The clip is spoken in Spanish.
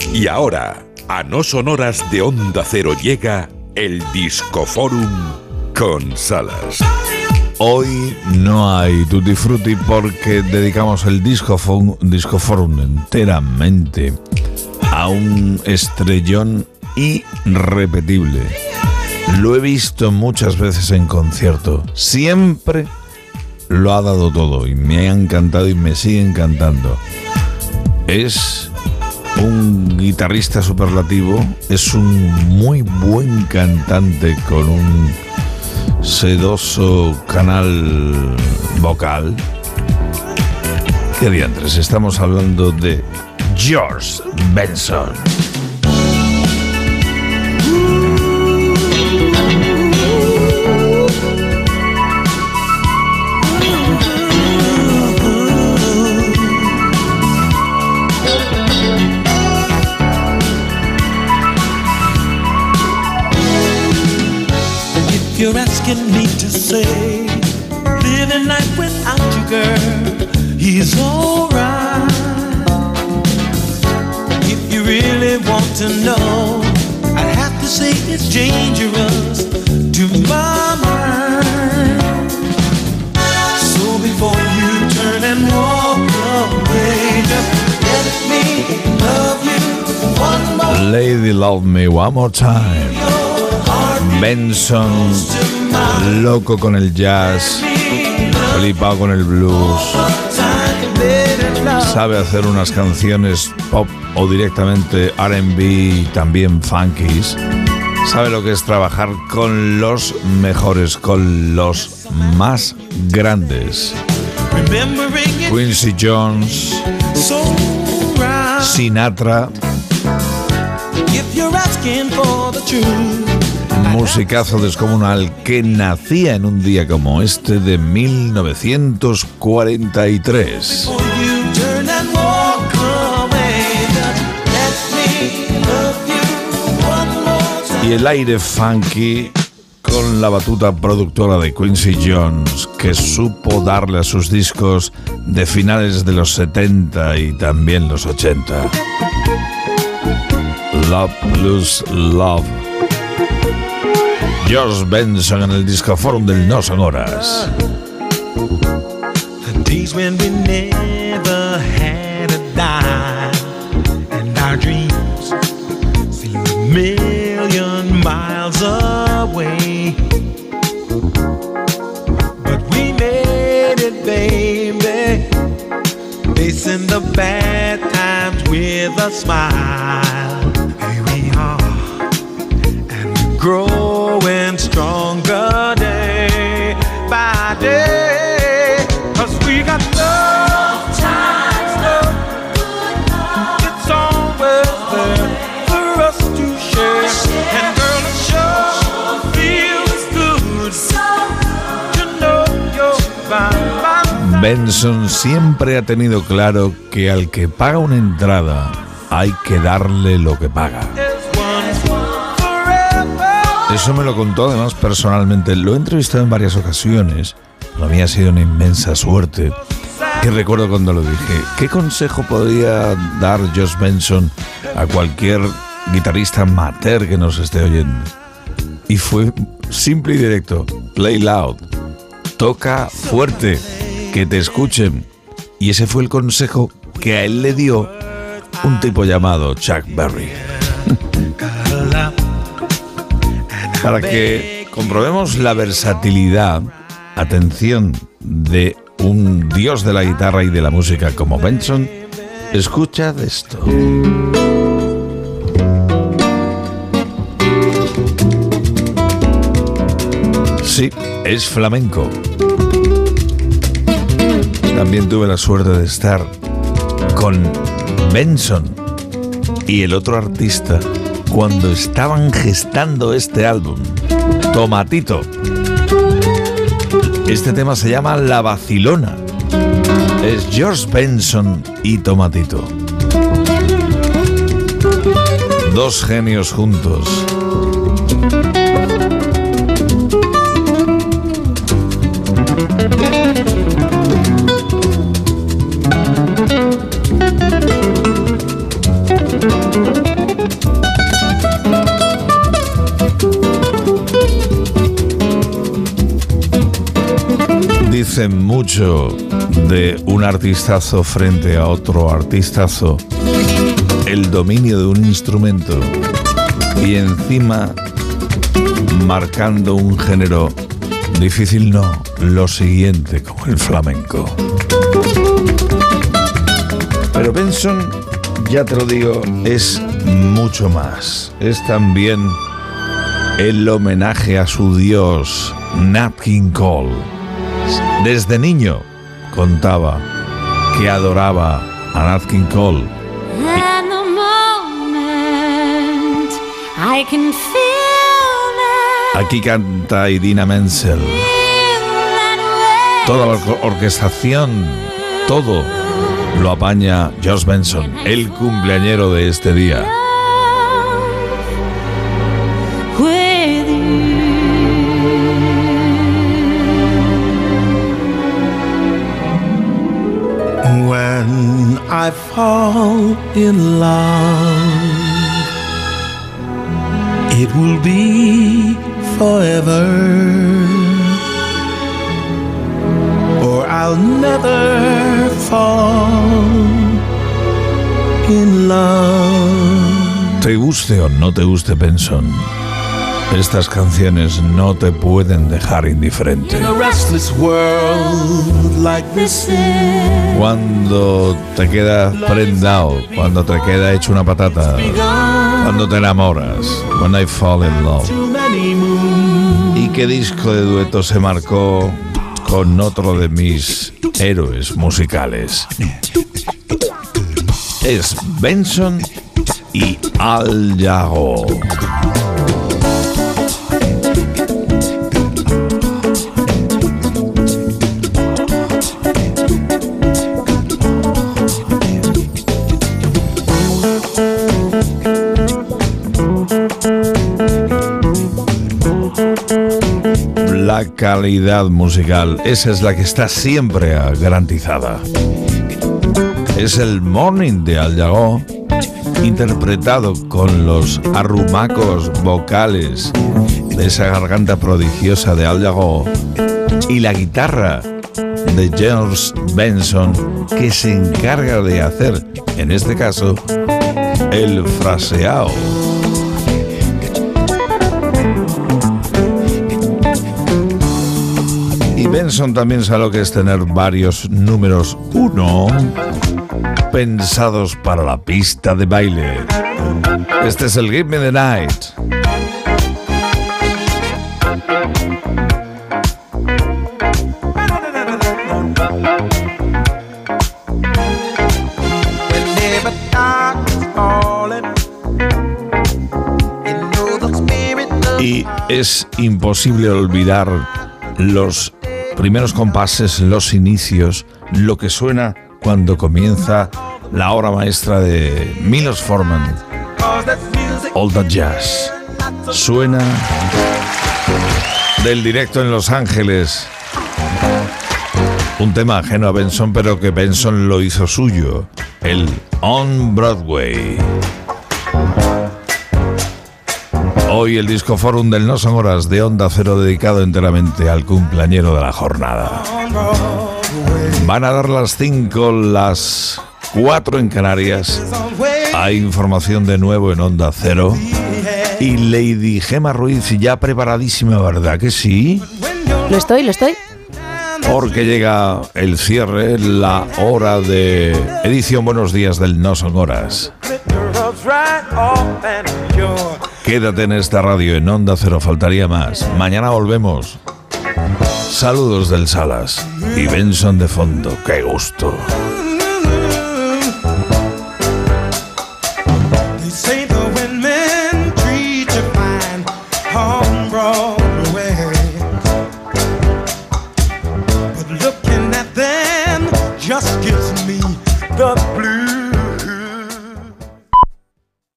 Y ahora, a No Sonoras de Onda Cero llega el Discoforum con Salas. Hoy no hay Tutti Frutti porque dedicamos el Discoforum enteramente a un estrellón irrepetible. Lo he visto muchas veces en concierto. Siempre lo ha dado todo y me ha encantado y me sigue encantando. Es un guitarrista superlativo, es un muy buen cantante con un sedoso canal vocal. ¿Qué diantres? Estamos hablando de George Benson. You're asking me to say, living life without you, girl, he's alright. If you really want to know, I'd have to say it's dangerous to my mind. So before you turn and walk away, just let me love you one more. Lady Love Me One More Time. Benson, loco con el jazz, flipado con el blues, sabe hacer unas canciones pop o directamente R&B y también funkies. Sabe lo que es trabajar con los mejores, con los más grandes. Quincy Jones, Sinatra. Musicazo descomunal que nacía en un día como este de 1943. Y el aire funky con la batuta productora de Quincy Jones, que supo darle a sus discos de finales de los 70 y también los 80. Love Blues Love. George Benson en el Discoforum del No Sonoras. The days when we never had a dime and our dreams seemed a million miles away, but we made it, baby, facing the bad times with a smile. Here we are, and we growing stronger day by day, 'cause we got love times, love, it's always there for us to share, and girl, it sure feels good to know you're fine. Benson siempre ha tenido claro que al que paga una entrada hay que darle lo que paga. Eso me lo contó además personalmente. Lo he entrevistado en varias ocasiones. Para mí ha sido una inmensa suerte. Que recuerdo cuando lo dije. ¿Qué consejo podría dar George Benson a cualquier guitarrista amateur que nos esté oyendo? Y fue simple y directo. Play loud. Toca fuerte. Que te escuchen. Y ese fue el consejo que a él le dio un tipo llamado Chuck Berry. Para que comprobemos la versatilidad, atención, de un dios de la guitarra y de la música como Benson, escucha de esto. Sí, es flamenco. También tuve la suerte de estar con Benson y el otro artista cuando estaban gestando este álbum, Tomatito. Este tema se llama La Vacilona. Es George Benson y Tomatito. Dos genios juntos. dicen mucho de un artistazo frente a otro artistazo, el dominio de un instrumento y encima marcando un género difícil, no, lo siguiente, como el flamenco. Pero Benson, ya te lo digo, es mucho más. Es también el homenaje a su dios, Nat King Cole. Desde niño contaba que adoraba a Nat King Cole. Aquí canta Idina Menzel. Toda la orquestación, todo lo apaña George Benson, el cumpleañero de este día. When I fall in love, it will be forever, or I'll never fall in love. Te guste o no te guste Benson, estas canciones no te pueden dejar indiferente. In a restless world like this is, cuando te quedas prendado, cuando te queda hecho una patata, cuando te enamoras, When I Fall in Love. ¿Y qué disco de dueto se marcó con otro de mis héroes musicales? Es Benson y Al Jarreau. La calidad musical, esa es la que está siempre garantizada. Es el Morning de Al Jarreau, interpretado con los arrumacos vocales de esa garganta prodigiosa de Al Jarreau y la guitarra de George Benson, que se encarga de hacer, en este caso, el fraseado. Y Benson también sabe lo que es tener varios números uno pensados para la pista de baile. Este es el Give Me the Night. Y es imposible olvidar los primeros compases, los inicios, lo que suena cuando comienza la obra maestra de Milos Forman, All That Jazz. Suena del directo en Los Ángeles. Un tema ajeno a Benson, pero que Benson lo hizo suyo, el On Broadway. Hoy el Disco Forum del No Son Horas de Onda Cero, dedicado enteramente al cumpleañero de la jornada. Van a dar las 5, las 4 en Canarias. Hay información de nuevo en Onda Cero. Y Lady Gemma Ruiz ya preparadísima, ¿verdad que sí? Lo estoy. Porque llega el cierre, la hora de edición Buenos Días del No Son Horas. Quédate en esta radio, en Onda Cero, faltaría más. Mañana volvemos. Saludos del Salas y Benson de fondo, qué gusto.